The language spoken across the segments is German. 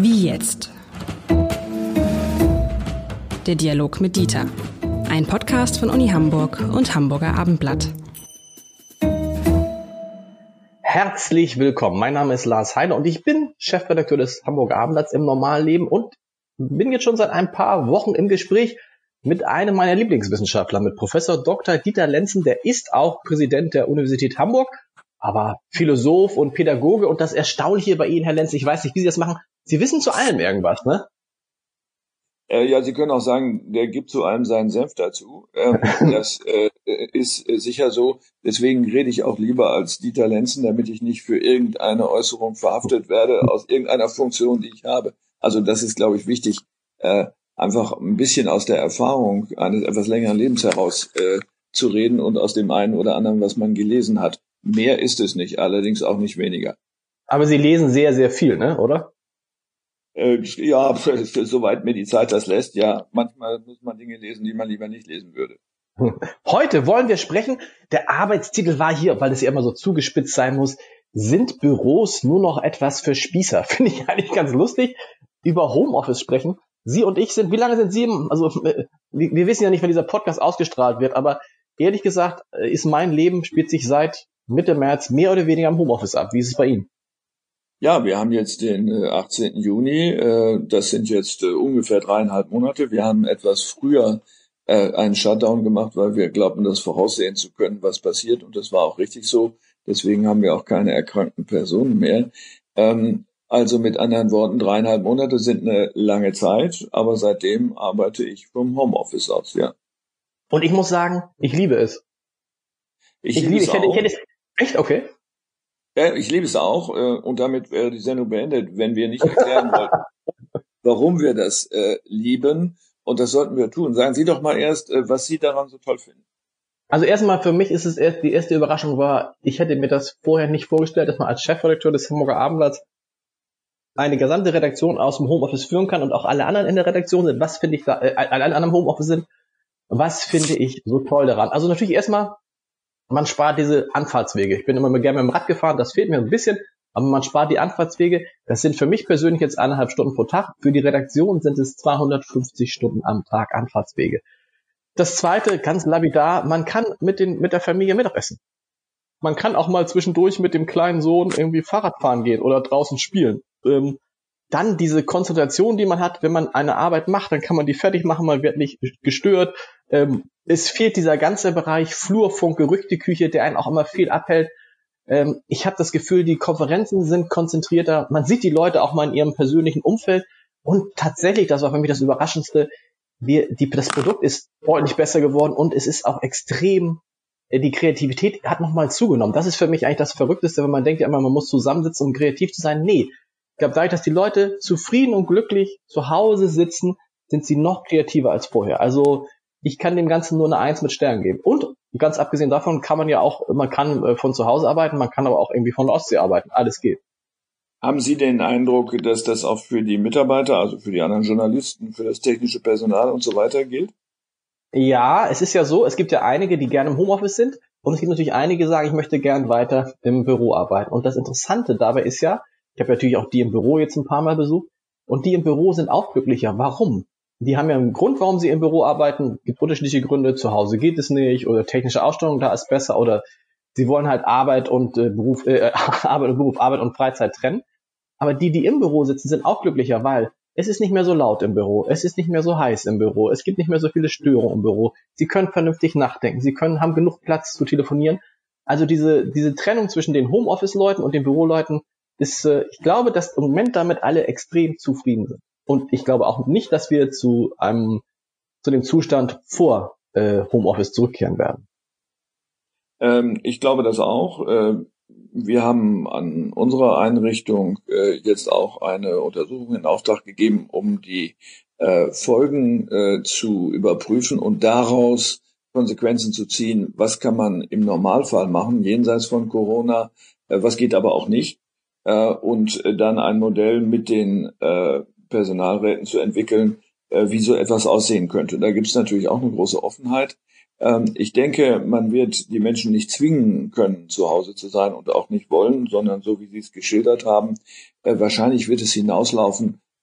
Wie jetzt? Der Dialog mit Dieter. Ein Podcast von Uni Hamburg und Hamburger Abendblatt. Herzlich willkommen. Mein Name ist Lars Heider und ich bin Chefredakteur des Hamburger Abendblatts im normalen Leben und bin jetzt schon seit ein paar Wochen im Gespräch mit einem meiner Lieblingswissenschaftler, mit Professor Dr. Dieter Lenzen. Der ist auch Präsident der Universität Hamburg, aber Philosoph und Pädagoge. Und das Erstaunliche bei Ihnen, Herr Lenzen, ich weiß nicht, wie Sie das machen, Sie wissen zu allem irgendwas, ne? Ja, Sie können auch sagen, der gibt zu allem seinen Senf dazu. Das ist sicher so. Deswegen rede ich auch lieber als Dieter Lenzen, damit ich nicht für irgendeine Äußerung verhaftet werde aus irgendeiner Funktion, die ich habe. Also das ist, glaube ich, wichtig, einfach ein bisschen aus der Erfahrung eines etwas längeren Lebens heraus zu reden und aus dem einen oder anderen, was man gelesen hat. Mehr ist es nicht, allerdings auch nicht weniger. Aber Sie lesen sehr, sehr viel, ne, oder? Ja, soweit mir die Zeit das lässt, ja. Manchmal muss man Dinge lesen, die man lieber nicht lesen würde. Heute wollen wir sprechen, der Arbeitstitel war hier, weil es ja immer so zugespitzt sein muss, sind Büros nur noch etwas für Spießer? Finde ich eigentlich ganz lustig, über Homeoffice sprechen. Sie und ich sind, wie lange sind Sie, also wir wissen ja nicht, wann dieser Podcast ausgestrahlt wird, aber ehrlich gesagt ist mein Leben, spielt sich seit Mitte März mehr oder weniger im Homeoffice ab. Wie ist es bei Ihnen? Ja, wir haben jetzt den 18. Juni, das sind jetzt ungefähr 3,5 Monate. Wir haben etwas früher einen Shutdown gemacht, weil wir glaubten, das voraussehen zu können, was passiert. Und das war auch richtig so. Deswegen haben wir auch keine erkrankten Personen mehr. Also mit anderen Worten, 3,5 Monate sind eine lange Zeit, aber seitdem arbeite ich vom Homeoffice aus, ja. Und ich muss sagen, ich liebe es. Ich hätte es echt, okay. Ja, ich liebe es auch und damit wäre die Sendung beendet, wenn wir nicht erklären wollten, warum wir das lieben. Und das sollten wir tun. Sagen Sie doch mal erst, was Sie daran so toll finden. Also erstmal für mich ist es die erste Überraschung war, ich hätte mir das vorher nicht vorgestellt, dass man als Chefredakteur des Hamburger Abendblatts eine gesamte Redaktion aus dem Homeoffice führen kann und auch alle anderen in der Redaktion sind. Was finde ich da, alle anderen im Homeoffice sind, was finde ich so toll daran? Also natürlich erstmal, man spart diese Anfahrtswege. Ich bin immer gerne mit dem Rad gefahren, das fehlt mir ein bisschen, aber man spart die Anfahrtswege. Das sind für mich persönlich jetzt 1,5 Stunden pro Tag. Für die Redaktion sind es 250 Stunden am Tag Anfahrtswege. Das Zweite, ganz lapidar, man kann mit der Familie Mittagessen. Man kann auch mal zwischendurch mit dem kleinen Sohn irgendwie Fahrrad fahren gehen oder draußen spielen. Dann diese Konzentration, die man hat, wenn man eine Arbeit macht, dann kann man die fertig machen, man wird nicht gestört. Es fehlt dieser ganze Bereich Flurfunk, Gerüchteküche, der einen auch immer viel abhält. Ich habe das Gefühl, die Konferenzen sind konzentrierter. Man sieht die Leute auch mal in ihrem persönlichen Umfeld. Und tatsächlich, das war für mich das Überraschendste, das Produkt ist deutlich besser geworden und es ist auch extrem, die Kreativität hat nochmal zugenommen. Das ist für mich eigentlich das Verrückteste, wenn man denkt ja immer, man muss zusammensitzen, um kreativ zu sein. Nee, ich glaube, dadurch, dass die Leute zufrieden und glücklich zu Hause sitzen, sind sie noch kreativer als vorher. Also ich kann dem Ganzen nur eine 1 mit Sternen geben. Und ganz abgesehen davon kann man kann von zu Hause arbeiten, man kann aber auch irgendwie von der Ostsee arbeiten. Alles geht. Haben Sie den Eindruck, dass das auch für die Mitarbeiter, also für die anderen Journalisten, für das technische Personal und so weiter gilt? Ja, es ist ja so, es gibt ja einige, die gerne im Homeoffice sind und es gibt natürlich einige, die sagen, ich möchte gern weiter im Büro arbeiten. Und das Interessante dabei ist ja, ich habe natürlich auch die im Büro jetzt ein paar Mal besucht und die im Büro sind auch glücklicher. Warum? Die haben ja einen Grund, warum sie im Büro arbeiten. Es gibt unterschiedliche Gründe. Zu Hause geht es nicht oder technische Ausstattung da ist besser oder sie wollen halt Arbeit und Beruf, Arbeit und Freizeit trennen. Aber die im Büro sitzen, sind auch glücklicher, weil es ist nicht mehr so laut im Büro, es ist nicht mehr so heiß im Büro, es gibt nicht mehr so viele Störungen im Büro. Sie können vernünftig nachdenken, haben genug Platz zu telefonieren. Also diese Trennung zwischen den Homeoffice-Leuten und den Büroleuten ist, ich glaube, dass im Moment damit alle extrem zufrieden sind. Und ich glaube auch nicht, dass wir zu dem Zustand vor Homeoffice zurückkehren werden. Ich glaube das auch. Wir haben an unserer Einrichtung jetzt auch eine Untersuchung in Auftrag gegeben, um die Folgen zu überprüfen und daraus Konsequenzen zu ziehen. Was kann man im Normalfall machen, jenseits von Corona? Was geht aber auch nicht? Und dann ein Modell mit den Personalräten zu entwickeln, wie so etwas aussehen könnte. Da gibt es natürlich auch eine große Offenheit. Ich denke, man wird die Menschen nicht zwingen können, zu Hause zu sein und auch nicht wollen, sondern so wie Sie es geschildert haben, wahrscheinlich wird es hinauslaufen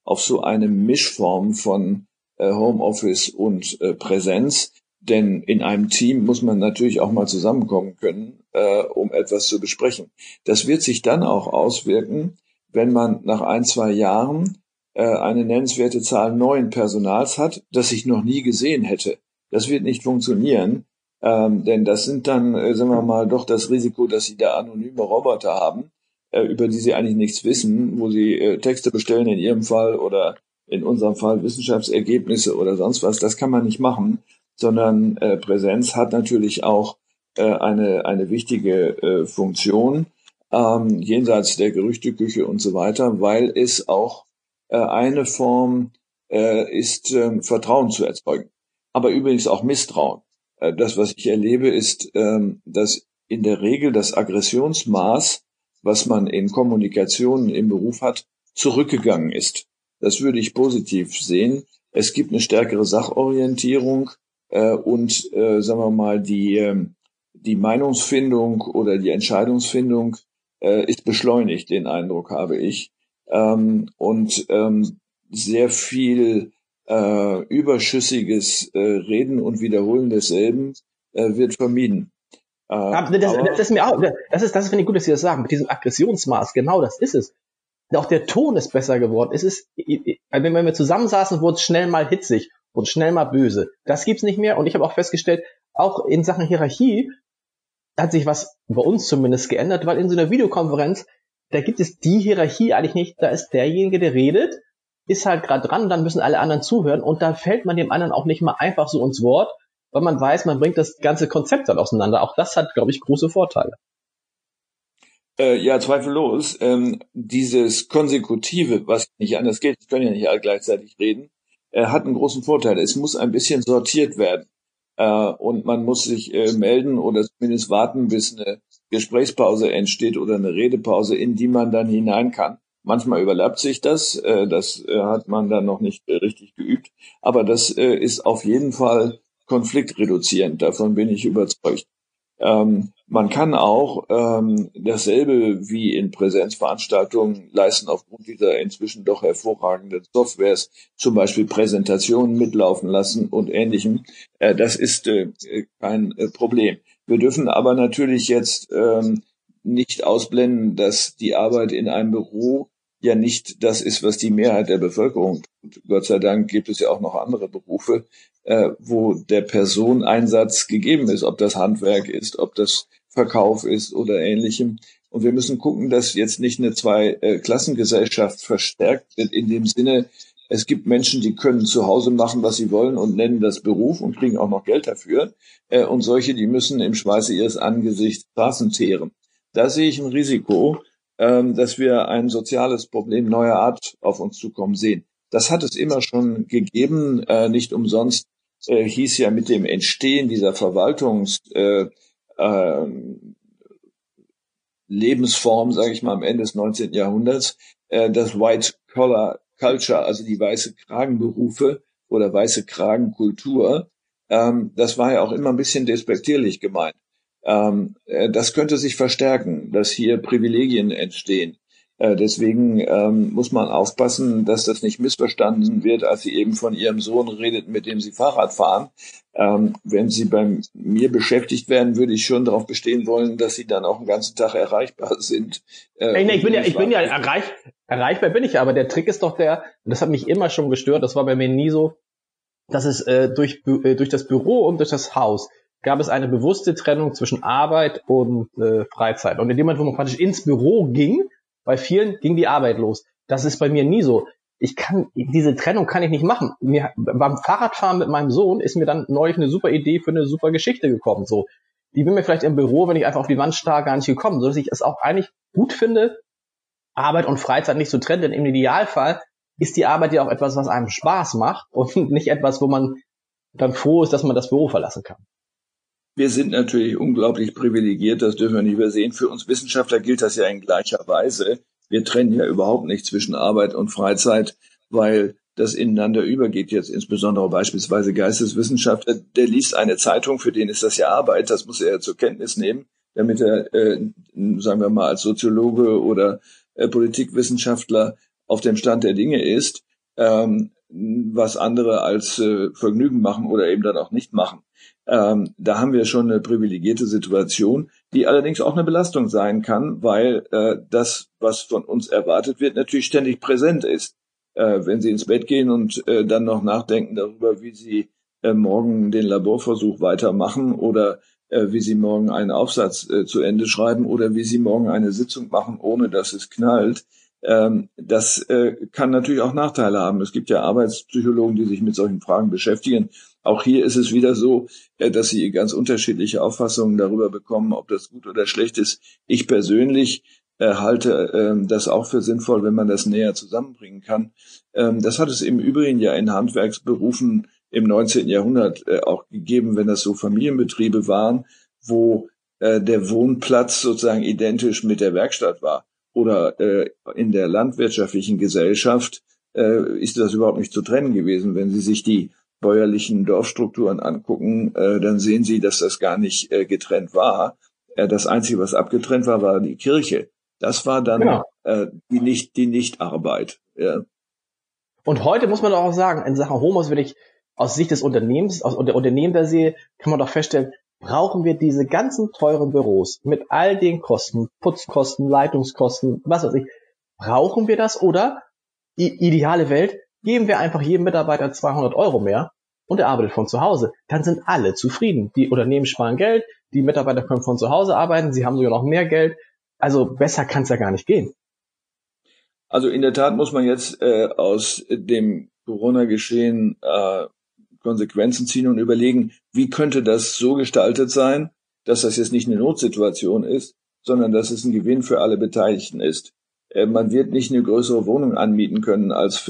auf so eine Mischform von Homeoffice und Präsenz. Denn in einem Team muss man natürlich auch mal zusammenkommen können, um etwas zu besprechen. Das wird sich dann auch auswirken, wenn man nach 1-2 Jahren eine nennenswerte Zahl neuen Personals hat, das ich noch nie gesehen hätte. Das wird nicht funktionieren, denn das sind dann, sagen wir mal, doch das Risiko, dass Sie da anonyme Roboter haben, über die Sie eigentlich nichts wissen, wo Sie Texte bestellen in Ihrem Fall oder in unserem Fall Wissenschaftsergebnisse oder sonst was. Das kann man nicht machen, sondern Präsenz hat natürlich auch eine wichtige Funktion, jenseits der Gerüchteküche und so weiter, weil es auch eine Form ist, Vertrauen zu erzeugen. Aber übrigens auch Misstrauen. Das, was ich erlebe, ist, dass in der Regel das Aggressionsmaß, was man in Kommunikationen im Beruf hat, zurückgegangen ist. Das würde ich positiv sehen. Es gibt eine stärkere Sachorientierung und, sagen wir mal, die Meinungsfindung oder die Entscheidungsfindung ist beschleunigt, den Eindruck habe ich. Und sehr viel überschüssiges Reden und Wiederholen desselben wird vermieden. Das finde ich gut, dass Sie das sagen, mit diesem Aggressionsmaß, genau das ist es. Auch der Ton ist besser geworden. Wenn wir zusammensaßen, wurde es schnell mal hitzig und schnell mal böse. Das gibt's nicht mehr und ich habe auch festgestellt, auch in Sachen Hierarchie hat sich was bei uns zumindest geändert, weil in so einer Videokonferenz, da gibt es die Hierarchie eigentlich nicht, da ist derjenige, der redet, ist halt gerade dran, dann müssen alle anderen zuhören und da fällt man dem anderen auch nicht mal einfach so ins Wort, weil man weiß, man bringt das ganze Konzept dann auseinander. Auch das hat, glaube ich, große Vorteile. Ja, zweifellos. Dieses Konsekutive, was nicht anders geht, ich kann ja nicht alle gleichzeitig reden, hat einen großen Vorteil. Es muss ein bisschen sortiert werden. Und man muss sich melden oder zumindest warten, bis eine Gesprächspause entsteht oder eine Redepause, in die man dann hinein kann. Manchmal überlappt sich das, hat man dann noch nicht richtig geübt, aber das ist auf jeden Fall konfliktreduzierend, davon bin ich überzeugt. Man kann auch dasselbe wie in Präsenzveranstaltungen leisten aufgrund dieser inzwischen doch hervorragenden Softwares, zum Beispiel Präsentationen mitlaufen lassen und Ähnlichem. Das ist kein Problem. Wir dürfen aber natürlich jetzt nicht ausblenden, dass die Arbeit in einem Büro ja nicht das ist, was die Mehrheit der Bevölkerung tut. Gott sei Dank gibt es ja auch noch andere Berufe, wo der Personeneinsatz gegeben ist, ob das Handwerk ist, ob das Verkauf ist oder Ähnlichem. Und wir müssen gucken, dass jetzt nicht eine Zweiklassengesellschaft verstärkt wird in dem Sinne, es gibt Menschen, die können zu Hause machen, was sie wollen und nennen das Beruf und kriegen auch noch Geld dafür. Und solche, die müssen im Schweiße ihres Angesichts Straßen teeren. Da sehe ich ein Risiko, dass wir ein soziales Problem neuer Art auf uns zukommen sehen. Das hat es immer schon gegeben, nicht umsonst hieß ja mit dem Entstehen dieser Lebensform, sage ich mal, am Ende des 19. Jahrhunderts, das White Collar Culture, also die weiße Kragenberufe oder weiße Kragenkultur, das war ja auch immer ein bisschen despektierlich gemeint. Das könnte sich verstärken, dass hier Privilegien entstehen. Deswegen muss man aufpassen, dass das nicht missverstanden wird, als Sie eben von Ihrem Sohn redet, mit dem Sie Fahrrad fahren. Wenn Sie bei mir beschäftigt werden, würde ich schon darauf bestehen wollen, dass Sie dann auch den ganzen Tag erreichbar sind. Ich bin ja erreichbar bin ich ja, aber der Trick ist doch und das hat mich immer schon gestört, das war bei mir nie so, dass es durch das Büro und durch das Haus gab es eine bewusste Trennung zwischen Arbeit und Freizeit. Und in dem Moment, wo man praktisch ins Büro ging, bei vielen ging die Arbeit los. Das ist bei mir nie so. Diese Trennung kann ich nicht machen. Beim Fahrradfahren mit meinem Sohn ist mir dann neulich eine super Idee für eine super Geschichte gekommen. So, die bin mir vielleicht im Büro, wenn ich einfach auf die Wand starr, gar nicht gekommen, so dass ich es auch eigentlich gut finde, Arbeit und Freizeit nicht zu trennen. Denn im Idealfall ist die Arbeit ja auch etwas, was einem Spaß macht und nicht etwas, wo man dann froh ist, dass man das Büro verlassen kann. Wir sind natürlich unglaublich privilegiert, das dürfen wir nicht übersehen. Für uns Wissenschaftler gilt das ja in gleicher Weise. Wir trennen ja überhaupt nicht zwischen Arbeit und Freizeit, weil das ineinander übergeht. Jetzt insbesondere beispielsweise Geisteswissenschaftler, der liest eine Zeitung, für den ist das ja Arbeit, das muss er ja zur Kenntnis nehmen, damit er, sagen wir mal, als Soziologe oder Politikwissenschaftler auf dem Stand der Dinge ist. was andere als Vergnügen machen oder eben dann auch nicht machen. Da haben wir schon eine privilegierte Situation, die allerdings auch eine Belastung sein kann, weil das, was von uns erwartet wird, natürlich ständig präsent ist. Wenn Sie ins Bett gehen und dann noch nachdenken darüber, wie Sie morgen den Laborversuch weitermachen oder wie Sie morgen einen Aufsatz zu Ende schreiben oder wie Sie morgen eine Sitzung machen, ohne dass es knallt. Das kann natürlich auch Nachteile haben. Es gibt ja Arbeitspsychologen, die sich mit solchen Fragen beschäftigen. Auch hier ist es wieder so, dass Sie ganz unterschiedliche Auffassungen darüber bekommen, ob das gut oder schlecht ist. Ich persönlich halte das auch für sinnvoll, wenn man das näher zusammenbringen kann. Das hat es im Übrigen ja in Handwerksberufen im 19. Jahrhundert auch gegeben, wenn das so Familienbetriebe waren, wo der Wohnplatz sozusagen identisch mit der Werkstatt war. Oder in der landwirtschaftlichen Gesellschaft ist das überhaupt nicht zu trennen gewesen. Wenn Sie sich die bäuerlichen Dorfstrukturen angucken, dann sehen Sie, dass das gar nicht getrennt war. Das Einzige, was abgetrennt war, war die Kirche. Das war dann die Nichtarbeit. Ja. Und heute muss man doch auch sagen, in Sachen Homeoffice, wenn ich aus Sicht des Unternehmens, aus der Unternehmen da sehe, kann man doch feststellen, brauchen wir diese ganzen teuren Büros mit all den Kosten, Putzkosten, Leitungskosten, was weiß ich, brauchen wir das oder, ideale Welt, geben wir einfach jedem Mitarbeiter 200 € mehr und er arbeitet von zu Hause. Dann sind alle zufrieden. Die Unternehmen sparen Geld, die Mitarbeiter können von zu Hause arbeiten, sie haben sogar noch mehr Geld. Also besser kann es ja gar nicht gehen. Also in der Tat muss man jetzt aus dem Corona-Geschehen Konsequenzen ziehen und überlegen, wie könnte das so gestaltet sein, dass das jetzt nicht eine Notsituation ist, sondern dass es ein Gewinn für alle Beteiligten ist. Man wird nicht eine größere Wohnung anmieten können als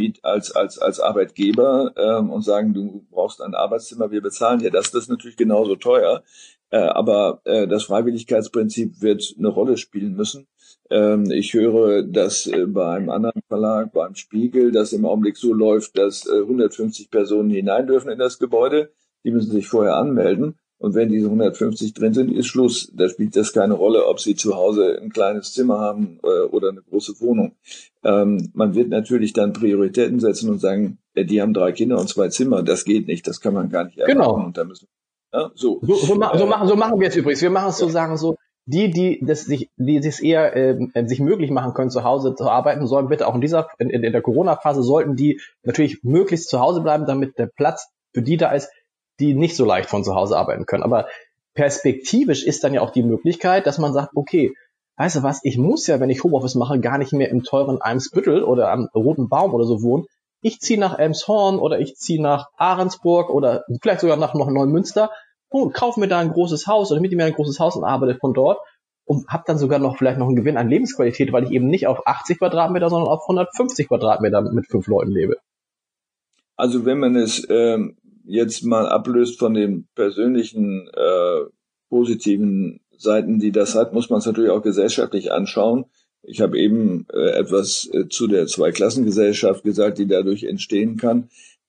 Arbeitgeber und sagen, du brauchst ein Arbeitszimmer, wir bezahlen dir das. Das ist natürlich genauso teuer, aber das Freiwilligkeitsprinzip wird eine Rolle spielen müssen. Ich höre, dass bei einem anderen Verlag, beim Spiegel, das im Augenblick so läuft, dass 150 Personen hinein dürfen in das Gebäude. Die müssen sich vorher anmelden. Und wenn diese 150 drin sind, ist Schluss. Da spielt das keine Rolle, ob sie zu Hause ein kleines Zimmer haben oder eine große Wohnung. Man wird natürlich dann Prioritäten setzen und sagen, die haben 3 Kinder und 2 Zimmer. Das geht nicht, das kann man gar nicht erwarten. Genau. Und da müssen ja, so machen wir es übrigens. Wir machen es sozusagen so, die sich eher sich möglich machen können, zu Hause zu arbeiten, sollen bitte auch in der Corona-Phase sollten die natürlich möglichst zu Hause bleiben, damit der Platz für die da ist, die nicht so leicht von zu Hause arbeiten können. Aber perspektivisch ist dann ja auch die Möglichkeit, dass man sagt, okay, weißt du was, ich muss ja, wenn ich Homeoffice mache, gar nicht mehr im teuren Eimsbüttel oder am Roten Baum oder so wohnen. Ich ziehe nach Elmshorn oder ich ziehe nach Ahrensburg oder vielleicht sogar nach noch Neumünster und kaufe mir da ein großes Haus oder miete mir ein großes Haus und arbeite von dort und habe dann sogar noch vielleicht noch einen Gewinn an Lebensqualität, weil ich eben nicht auf 80 Quadratmeter, sondern auf 150 Quadratmeter mit 5 Leuten lebe. Also wenn man es jetzt mal ablöst von den persönlichen positiven Seiten, die das hat, muss man es natürlich auch gesellschaftlich anschauen. Ich habe eben etwas zu der Zweiklassengesellschaft gesagt, die dadurch entstehen kann.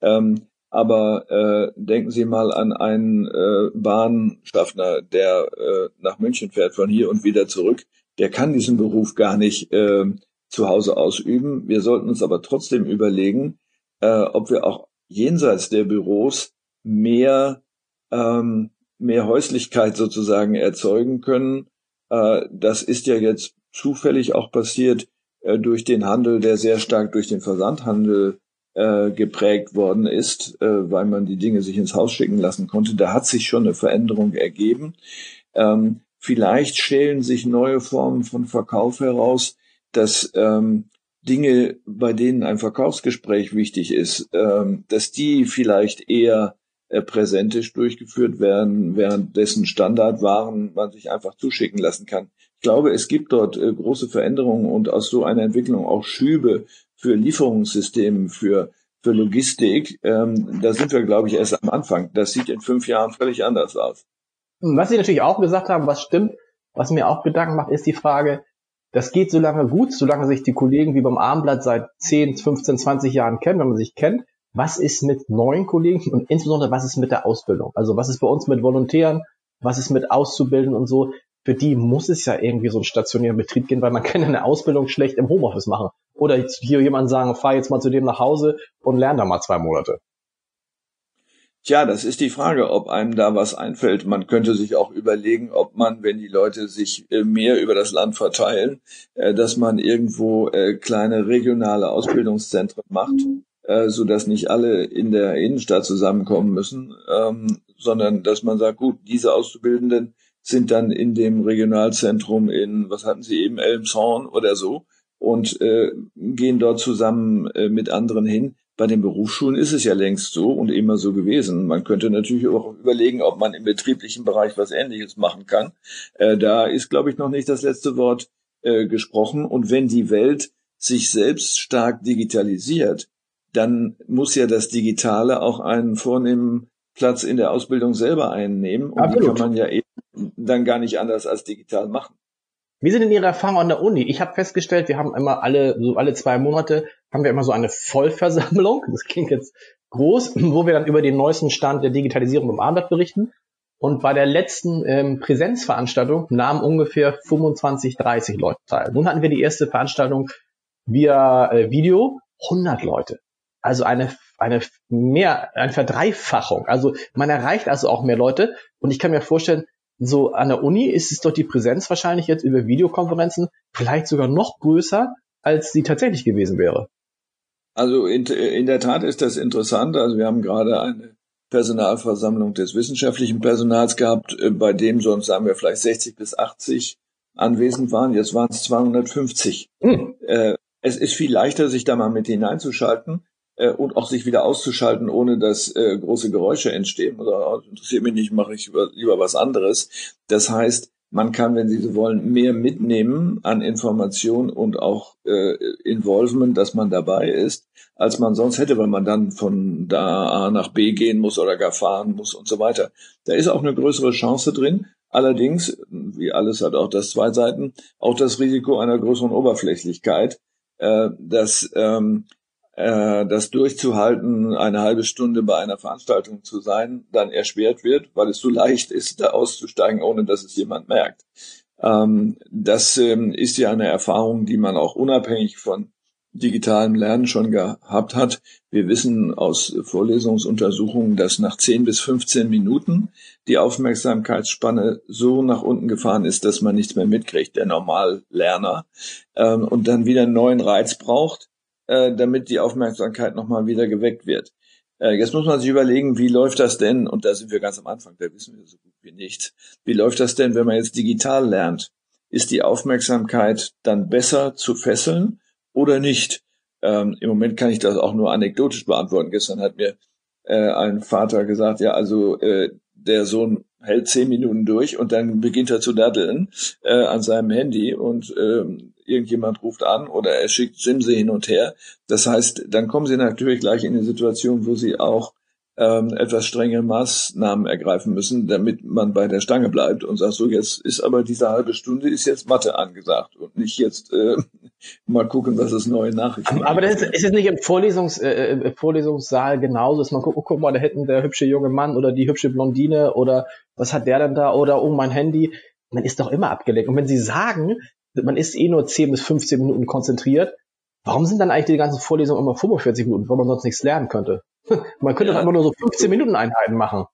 Aber denken Sie mal an einen Bahnschaffner, der nach München fährt, von hier und wieder zurück. Der kann diesen Beruf gar nicht zu Hause ausüben. Wir sollten uns aber trotzdem überlegen, ob wir auch jenseits der Büros mehr Häuslichkeit sozusagen erzeugen können. Das ist ja jetzt zufällig auch passiert durch den Handel, der sehr stark durch den Versandhandel geprägt worden ist, weil man die Dinge sich ins Haus schicken lassen konnte. Da hat sich schon eine Veränderung ergeben. Vielleicht schälen sich neue Formen von Verkauf heraus, dass Dinge, bei denen ein Verkaufsgespräch wichtig ist, dass die vielleicht eher präsentisch durchgeführt werden, währenddessen Standardwaren man sich einfach zuschicken lassen kann. Ich glaube, es gibt dort große Veränderungen und aus so einer Entwicklung auch Schübe für Lieferungssysteme, für Logistik. Da sind wir, glaube ich, erst am Anfang. Das sieht in 5 Jahren völlig anders aus. Was Sie natürlich auch gesagt haben, was stimmt, was mir auch Gedanken macht, ist die Frage, das geht so lange gut, solange sich die Kollegen wie beim Abendblatt seit 10, 15, 20 Jahren kennen, wenn man sich kennt. Was ist mit neuen Kollegen und insbesondere was ist mit der Ausbildung? Also was ist bei uns mit Volontären, was ist mit Auszubildenden und so? Für die muss es ja irgendwie so einen stationären Betrieb gehen, weil man kann eine Ausbildung schlecht im Homeoffice machen. Oder hier jemand sagen, fahr jetzt mal zu dem nach Hause und lern da mal 2 Monate? Tja, das ist die Frage, ob einem da was einfällt. Man könnte sich auch überlegen, ob man, wenn die Leute sich mehr über das Land verteilen, dass man irgendwo kleine regionale Ausbildungszentren macht, so dass nicht alle in der Innenstadt zusammenkommen müssen, sondern dass man sagt, gut, diese Auszubildenden sind dann in dem Regionalzentrum in, was hatten Sie eben, Elmshorn oder so, und gehen dort zusammen mit anderen hin. Bei den Berufsschulen ist es ja längst so und immer so gewesen. Man könnte natürlich auch überlegen, ob man im betrieblichen Bereich was Ähnliches machen kann. Da ist, glaube ich, noch nicht das letzte Wort gesprochen. Und wenn die Welt sich selbst stark digitalisiert, dann muss ja das Digitale auch einen vornehmen Platz in der Ausbildung selber einnehmen. Und Absolut. die kann man ja eben dann gar nicht anders als digital machen. Wie sind denn Ihre Erfahrungen an der Uni? Ich habe festgestellt, wir haben immer alle 2 Monate haben wir immer so eine Vollversammlung. Das klingt jetzt groß, wo wir dann über den neuesten Stand der Digitalisierung im Abendblatt berichten. Und bei der letzten Präsenzveranstaltung nahmen ungefähr 25, 30 Leute teil. Nun hatten wir die erste Veranstaltung via Video, 100 Leute. Also eine Verdreifachung. Also man erreicht also auch mehr Leute. Und ich kann mir vorstellen, so an der Uni ist es doch die Präsenz wahrscheinlich jetzt über Videokonferenzen vielleicht sogar noch größer, als sie tatsächlich gewesen wäre. Also in der Tat ist das interessant. Also wir haben gerade eine Personalversammlung des wissenschaftlichen Personals gehabt, bei dem sonst sagen wir vielleicht 60 bis 80 anwesend waren. Jetzt waren es 250. Es ist viel leichter, sich da mal mit hineinzuschalten und auch sich wieder auszuschalten, ohne dass große Geräusche entstehen. Oder interessiert mich nicht, mache ich lieber was anderes. Das heißt, man kann, wenn Sie so wollen, mehr mitnehmen an Information und auch Involvement, dass man dabei ist, als man sonst hätte, weil man dann von da A nach B gehen muss oder gar fahren muss und so weiter. Da ist auch eine größere Chance drin. Allerdings, wie alles hat auch das zwei Seiten, auch das Risiko einer größeren Oberflächlichkeit, dass das durchzuhalten, eine halbe Stunde bei einer Veranstaltung zu sein, dann erschwert wird, weil es so leicht ist, da auszusteigen, ohne dass es jemand merkt. Das ist ja eine Erfahrung, die man auch unabhängig von digitalem Lernen schon gehabt hat. Wir wissen aus Vorlesungsuntersuchungen, dass nach 10 bis 15 Minuten die Aufmerksamkeitsspanne so nach unten gefahren ist, dass man nichts mehr mitkriegt, der Normallerner, und dann wieder einen neuen Reiz braucht, damit die Aufmerksamkeit nochmal wieder geweckt wird. Jetzt muss man sich überlegen, wie läuft das denn, und da sind wir ganz am Anfang, da wissen wir so gut wie nichts, wie läuft das denn, wenn man jetzt digital lernt? Ist die Aufmerksamkeit dann besser zu fesseln oder nicht? Im Moment kann ich das auch nur anekdotisch beantworten. Gestern hat mir ein Vater gesagt, ja, also der Sohn hält 10 Minuten durch und dann beginnt er zu daddeln an seinem Handy und irgendjemand ruft an oder er schickt Simse hin und her. Das heißt, dann kommen Sie natürlich gleich in eine Situation, wo Sie auch etwas strengere Maßnahmen ergreifen müssen, damit man bei der Stange bleibt und sagt, so jetzt ist aber diese halbe Stunde ist jetzt Mathe angesagt und nicht jetzt mal gucken, was es neue Nachrichten Aber das ist jetzt nicht im Vorlesungssaal genauso, dass man guck mal, da hätten der hübsche junge Mann oder die hübsche Blondine oder was hat der denn da oder oh, mein Handy. Man ist doch immer abgelenkt. Und wenn Sie sagen, man ist nur 10 bis 15 Minuten konzentriert, warum sind dann eigentlich die ganzen Vorlesungen immer 45 Minuten, weil man sonst nichts lernen könnte? Man könnte doch immer nur so 15 Minuten Einheiten machen.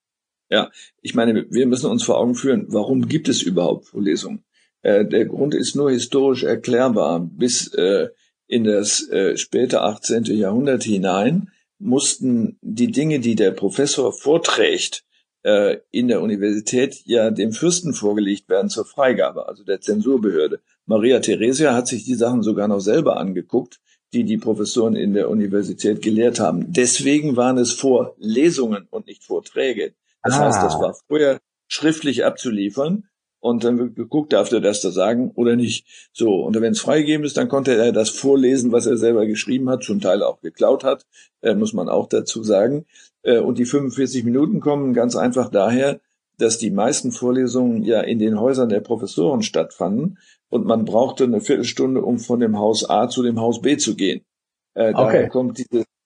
Ja, ich meine, wir müssen uns vor Augen führen, warum gibt es überhaupt Vorlesungen? Der Grund ist nur historisch erklärbar. Bis in das späte 18. Jahrhundert hinein mussten die Dinge, die der Professor vorträgt, in der Universität ja dem Fürsten vorgelegt werden zur Freigabe, also der Zensurbehörde. Maria Theresia hat sich die Sachen sogar noch selber angeguckt, die Professoren in der Universität gelehrt haben. Deswegen waren es Vorlesungen und nicht Vorträge. Das heißt, das war vorher schriftlich abzuliefern und dann wird geguckt, darf er das da sagen oder nicht. So, und wenn es freigegeben ist, dann konnte er das vorlesen, was er selber geschrieben hat, zum Teil auch geklaut hat, muss man auch dazu sagen. Und die 45 Minuten kommen ganz einfach daher, dass die meisten Vorlesungen ja in den Häusern der Professoren stattfanden und man brauchte eine Viertelstunde, um von dem Haus A zu dem Haus B zu gehen. Daher kommt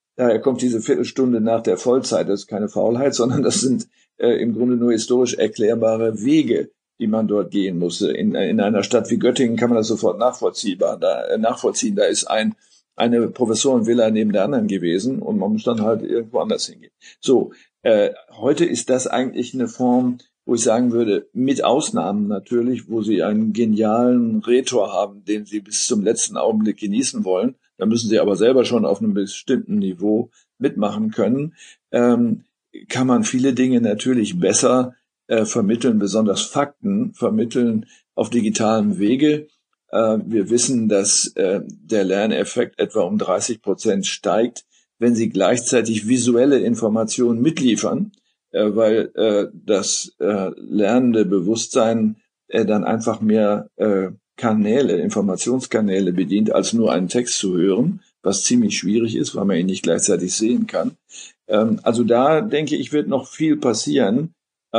diese Viertelstunde nach der Vollzeit. Das ist keine Faulheit, sondern das sind im Grunde nur historisch erklärbare Wege, die man dort gehen musste. In einer Stadt wie Göttingen kann man das sofort nachvollziehen. Da ist eine Professorenvilla neben der anderen gewesen und man muss dann halt irgendwo anders hingehen. So, heute ist das eigentlich eine Form, wo ich sagen würde, mit Ausnahmen natürlich, wo Sie einen genialen Rhetor haben, den Sie bis zum letzten Augenblick genießen wollen. Da müssen Sie aber selber schon auf einem bestimmten Niveau mitmachen können. Kann man viele Dinge natürlich besser vermitteln, besonders Fakten vermitteln auf digitalem Wege. Wir wissen, dass der Lerneffekt etwa um 30% steigt, wenn Sie gleichzeitig visuelle Informationen mitliefern, weil das lernende Bewusstsein dann einfach mehr Informationskanäle bedient, als nur einen Text zu hören, was ziemlich schwierig ist, weil man ihn nicht gleichzeitig sehen kann. Also da denke ich, wird noch viel passieren,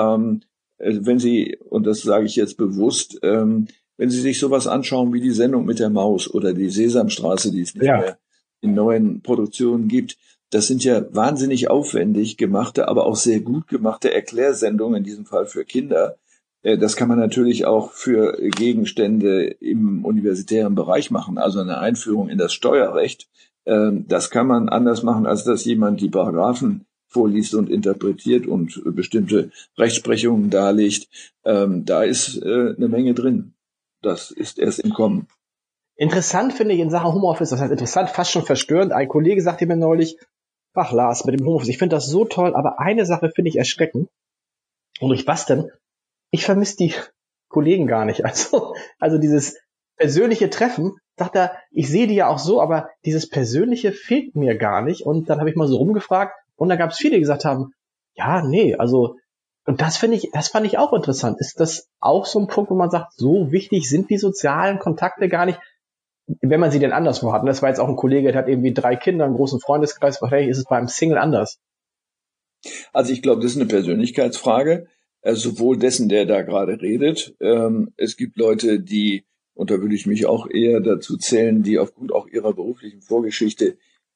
wenn Sie, und das sage ich jetzt bewusst, wenn Sie sich sowas anschauen wie die Sendung mit der Maus oder die Sesamstraße, die es nicht mehr in neuen Produktionen gibt. Das sind ja wahnsinnig aufwendig gemachte, aber auch sehr gut gemachte Erklärsendungen, in diesem Fall für Kinder. Das kann man natürlich auch für Gegenstände im universitären Bereich machen, also eine Einführung in das Steuerrecht. Das kann man anders machen, als dass jemand die Paragraphen vorliest und interpretiert und bestimmte Rechtsprechungen darlegt. Da ist eine Menge drin. Das ist erst im Kommen. Interessant finde ich in Sachen Homeoffice, das heißt interessant, fast schon verstörend. Ein Kollege sagte mir neulich, ach Lars, mit dem Homeoffice, ich finde das so toll, aber eine Sache finde ich erschreckend. Und durch was denn? Ich vermisse die Kollegen gar nicht. Also dieses persönliche Treffen, sagt er, ich sehe die ja auch so, aber dieses Persönliche fehlt mir gar nicht. Und dann habe ich mal so rumgefragt und da gab es viele, die gesagt haben, ja, nee, also, und das fand ich auch interessant. Ist das auch so ein Punkt, wo man sagt, so wichtig sind die sozialen Kontakte gar nicht, wenn man sie denn anderswo hat? Und das war jetzt auch ein Kollege, der hat irgendwie 3 Kinder, einen großen Freundeskreis, wahrscheinlich ist es beim Single anders. Also ich glaube, das ist eine Persönlichkeitsfrage, sowohl dessen, der da gerade redet. Es gibt Leute, die, und da würde ich mich auch eher dazu zählen, die aufgrund auch ihrer beruflichen Vorgeschichte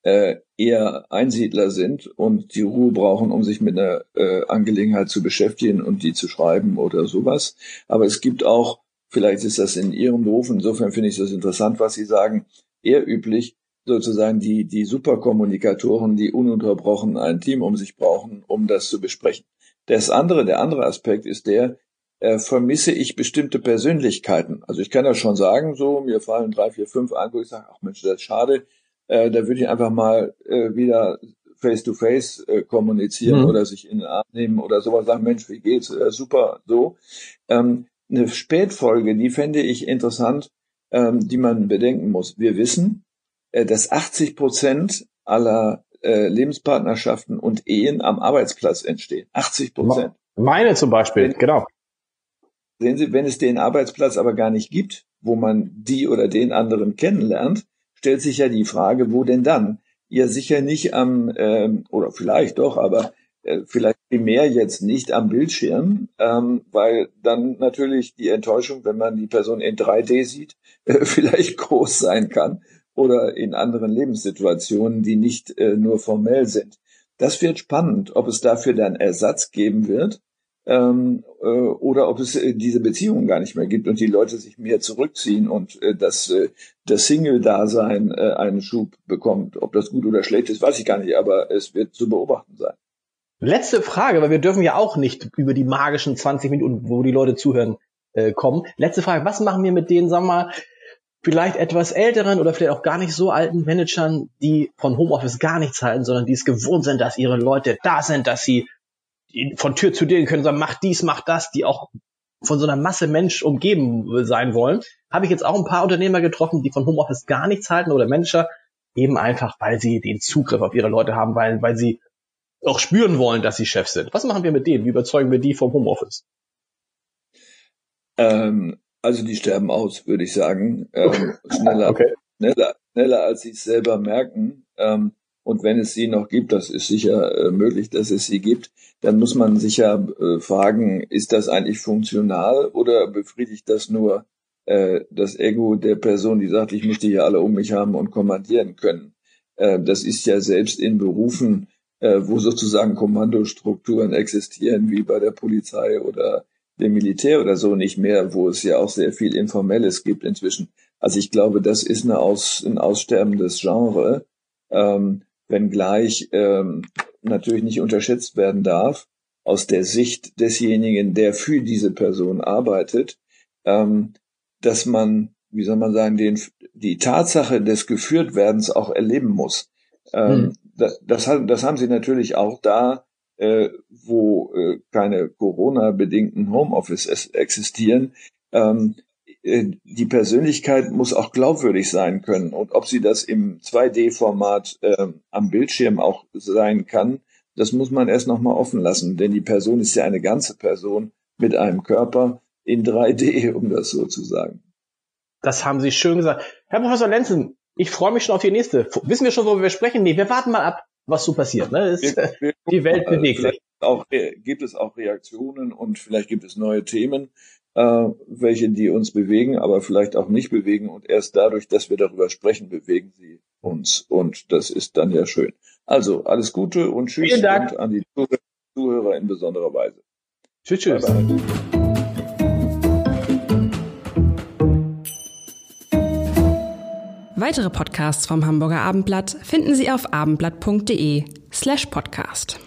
eher Einsiedler sind und die Ruhe brauchen, um sich mit einer Angelegenheit zu beschäftigen und die zu schreiben oder sowas. Aber es gibt auch, vielleicht ist das in Ihrem Beruf, insofern finde ich das interessant, was Sie sagen, eher üblich, sozusagen die Superkommunikatoren, die ununterbrochen ein Team um sich brauchen, um das zu besprechen. Der andere Aspekt ist vermisse ich bestimmte Persönlichkeiten. Also ich kann das schon sagen, so, mir fallen 3, 4, 5 ein, wo ich sage, ach Mensch, das ist schade, da würde ich einfach mal wieder face-to-face kommunizieren oder sich in den Arm nehmen oder sowas, sagen, Mensch, wie geht's? Super, so. Eine Spätfolge, die fände ich interessant, die man bedenken muss. Wir wissen, dass 80% aller Lebenspartnerschaften und Ehen am Arbeitsplatz entstehen. 80%. Meine zum Beispiel, genau. Sehen Sie, wenn es den Arbeitsplatz aber gar nicht gibt, wo man die oder den anderen kennenlernt, stellt sich ja die Frage, wo denn dann? Ja, sicher nicht oder vielleicht doch, aber vielleicht primär jetzt nicht am Bildschirm, weil dann natürlich die Enttäuschung, wenn man die Person in 3D sieht, vielleicht groß sein kann oder in anderen Lebenssituationen, die nicht nur formell sind. Das wird spannend, ob es dafür dann Ersatz geben wird oder ob es diese Beziehungen gar nicht mehr gibt und die Leute sich mehr zurückziehen und das Single-Dasein einen Schub bekommt. Ob das gut oder schlecht ist, weiß ich gar nicht, aber es wird zu beobachten sein. Letzte Frage, weil wir dürfen ja auch nicht über die magischen 20 Minuten, wo die Leute zuhören, kommen. Letzte Frage, was machen wir mit denen, sagen wir mal, vielleicht etwas älteren oder vielleicht auch gar nicht so alten Managern, die von Homeoffice gar nichts halten, sondern die es gewohnt sind, dass ihre Leute da sind, dass sie von Tür zu Tür können, sagen, mach dies, mach das, die auch von so einer Masse Mensch umgeben sein wollen. Habe ich jetzt auch ein paar Unternehmer getroffen, die von Homeoffice gar nichts halten oder Manager, eben einfach, weil sie den Zugriff auf ihre Leute haben, weil sie auch spüren wollen, dass sie Chefs sind. Was machen wir mit denen? Wie überzeugen wir die vom Homeoffice? Also die sterben aus, würde ich sagen. Schneller, als sie es selber merken. Und wenn es sie noch gibt, das ist sicher möglich, dass es sie gibt, dann muss man sich ja fragen, ist das eigentlich funktional oder befriedigt das nur das Ego der Person, die sagt, ich möchte hier alle um mich haben und kommandieren können. Das ist ja selbst in Berufen, wo sozusagen Kommandostrukturen existieren, wie bei der Polizei oder dem Militär oder so nicht mehr, wo es ja auch sehr viel Informelles gibt inzwischen. Also ich glaube, das ist ein aussterbendes Genre, wenngleich natürlich nicht unterschätzt werden darf, aus der Sicht desjenigen, der für diese Person arbeitet, dass man, wie soll man sagen, die Tatsache des Geführtwerdens auch erleben muss. Das haben sie natürlich auch da, wo keine Corona-bedingten Homeoffice existieren. Die Persönlichkeit muss auch glaubwürdig sein können. Und ob sie das im 2D-Format am Bildschirm auch sein kann, das muss man erst noch mal offen lassen. Denn die Person ist ja eine ganze Person mit einem Körper in 3D, um das so zu sagen. Das haben Sie schön gesagt. Herr Professor Lenzen, ich freue mich schon auf die nächste. Wissen wir schon, worüber wir sprechen? Nee, wir warten mal ab, was so passiert. Ne? Die Welt bewegt sich. Gibt es auch Reaktionen und vielleicht gibt es neue Themen, welche die uns bewegen, aber vielleicht auch nicht bewegen. Und erst dadurch, dass wir darüber sprechen, bewegen sie uns. Und das ist dann ja schön. Also, alles Gute und tschüss. Vielen Dank. Und an die Zuhörer in besonderer Weise. Tschüss, tschüss. Bye, bye. Weitere Podcasts vom Hamburger Abendblatt finden Sie auf abendblatt.de/podcast.